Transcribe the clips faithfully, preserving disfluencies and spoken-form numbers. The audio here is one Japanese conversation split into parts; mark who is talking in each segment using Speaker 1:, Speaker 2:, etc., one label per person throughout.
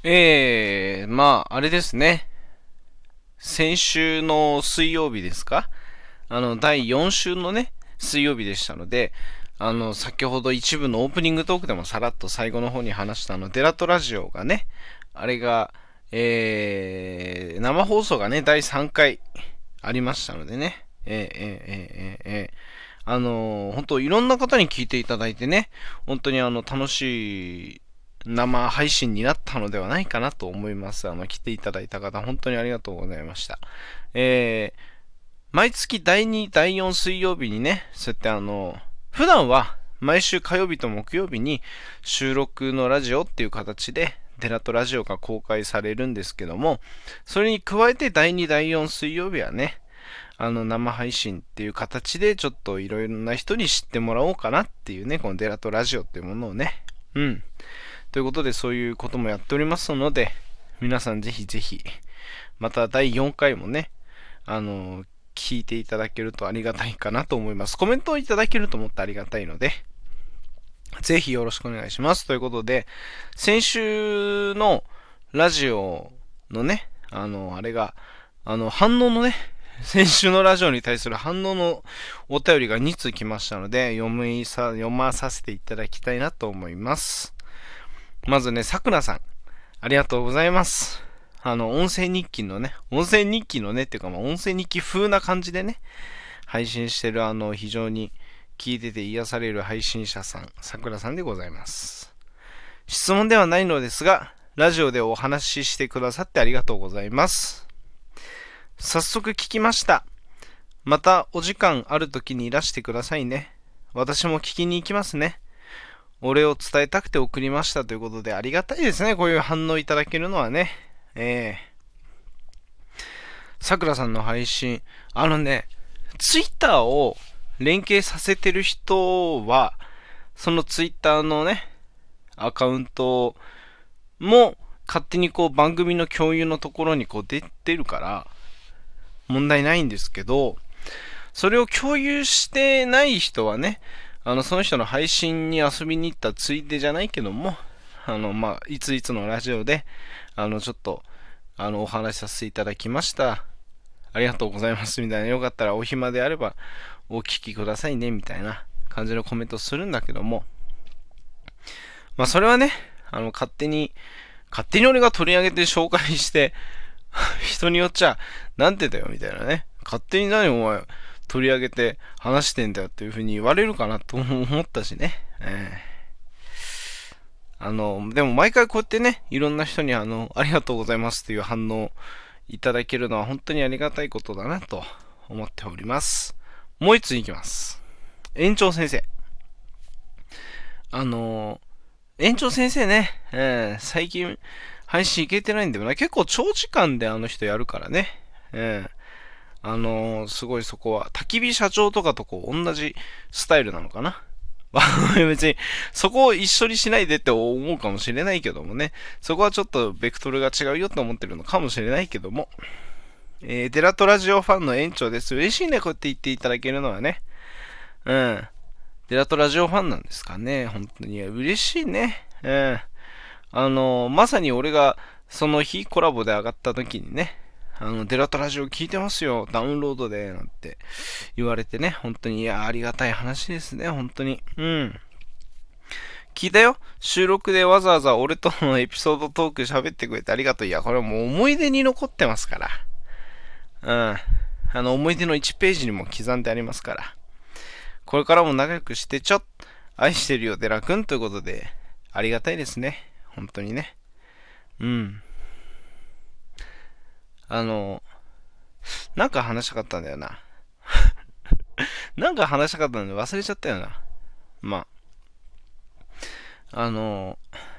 Speaker 1: えー、まあ、あれですね。先週の水曜日ですか？あの、だいよん週のね、水曜日でしたので、あの、先ほど一部のオープニングトークでもさらっと最後の方に話したあの、デラトラジオがね、あれが、えー、生放送がね、だいさんかいありましたのでね、えー、えー、えー、えー、えー、あのー、本当いろんな方に聞いていただいてね、本当にあの、楽しい生配信になったのではないかなと思います。あの、来ていただいた方、本当にありがとうございました。えー、毎月だいに、だいよん水曜日にね、そうやってあの、普段は毎週火曜日と木曜日に収録のラジオっていう形で、デラとラジオが公開されるんですけども、それに加えてだいに、だいよん水曜日はね、あの生配信っていう形でちょっといろいろな人に知ってもらおうかなっていうね、このデラとラジオっていうものをね、うん。ということでそういうこともやっておりますので、皆さんぜひぜひ、まただいよんかいもね、あの聞いていただけるとありがたいかなと思います。コメントをいただけると思ってありがたいので、ぜひよろしくお願いします。ということで、先週のラジオのね、あの、あれが、あの、反応のね、先週のラジオに対する反応のお便りがに通来ましたので、読みさ、読まさせていただきたいなと思います。まずね、さくらさん、ありがとうございます。あの、音声日記のね、音声日記のね、っていうか、まあ、音声日記風な感じでね、配信してる、あの、非常に聞いてて癒される配信者さん、さくらさんでございます。質問ではないのですが、ラジオでお話ししてくださってありがとうございます。早速聞きました。またお時間ある時にいらしてくださいね。私も聞きに行きますね。お礼を伝えたくて送りましたということで、ありがたいですね。こういう反応いただけるのはね。えー、さくらさんの配信、あのね、ツイッターを連携させてる人は、そのツイッターのね、アカウントも勝手にこう番組の共有のところにこう出てるから問題ないんですけど、それを共有してない人はね、あの、その人の配信に遊びに行ったついでじゃないけども、あの、まあ、いついつのラジオで、あの、ちょっと、あの、お話しさせていただきました。ありがとうございます、みたいな。よかったらお暇であれば、お聞きくださいね、みたいな感じのコメントをするんだけども、まあ、それはね、あの、勝手に、勝手に俺が取り上げて紹介して、人によっちゃ、なんてだよ、みたいなね。勝手に何お前、取り上げて話してんだよっていう風に言われるかなと思ったしね。えー、あの、でも毎回こうやってね、いろんな人にあの、ありがとうございますっていう反応いただけるのは本当にありがたいことだなと思っております。もう一ついきます。園長先生。あの、園長先生ね、えー、最近配信いけてないんだよな。結構長時間であの人やるからね。えー、あのー、すごいそこは、焚き火社長とかとこう、同じスタイルなのかな。別に、そこを一緒にしないでって思うかもしれないけどもね。そこはちょっとベクトルが違うよと思ってるのかもしれないけども。えー、デラトラジオファンの園長です。嬉しいね、こうやって言っていただけるのはね。うん。デラトラジオファンなんですかね。本当に。嬉しいね。うん。あのー、まさに俺が、その日コラボで上がった時にね、あの、デラトラジオ聞いてますよ、ダウンロードで、なんて言われてね、本当に、いや、ありがたい話ですね、本当に。うん。聞いたよ。収録でわざわざ俺とのエピソードトーク喋ってくれてありがとう。いや、これはもう思い出に残ってますから。うん。あの、思い出のいちページにも刻んでありますから。これからも仲良くしてちょっ。愛してるよ、デラくんということで、ありがたいですね。本当にね。うん。あの、なんか話したかったんだよな。なんか話したかったんで忘れちゃったよな。まあ、あの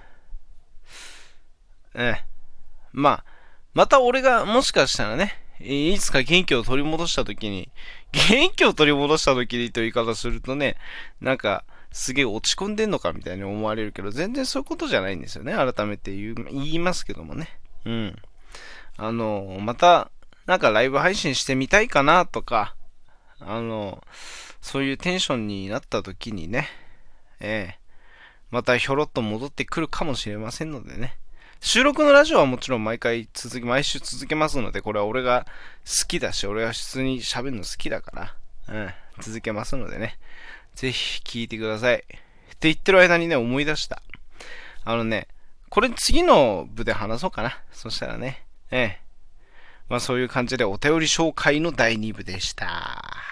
Speaker 1: ええ。まあ、また俺がもしかしたらね、いつか元気を取り戻した時に、元気を取り戻した時にという言い方するとね、なんか、すげえ落ち込んでんのかみたいに思われるけど、全然そういうことじゃないんですよね。改めて言う言いますけどもね。うん。あの、また、なんかライブ配信してみたいかなとか、あの、そういうテンションになった時にね、ええ、またひょろっと戻ってくるかもしれませんのでね、 収録のラジオはもちろん毎回続き、毎週続けますので、これは俺が好きだし、俺は普通に喋るの好きだから、うん、続けますのでね。ぜひ聞いてください。って言ってる間にね、思い出した。あのね、これ次の部で話そうかな。そしたらね。ええ。まあそういう感じでお便り紹介のだいに部でした。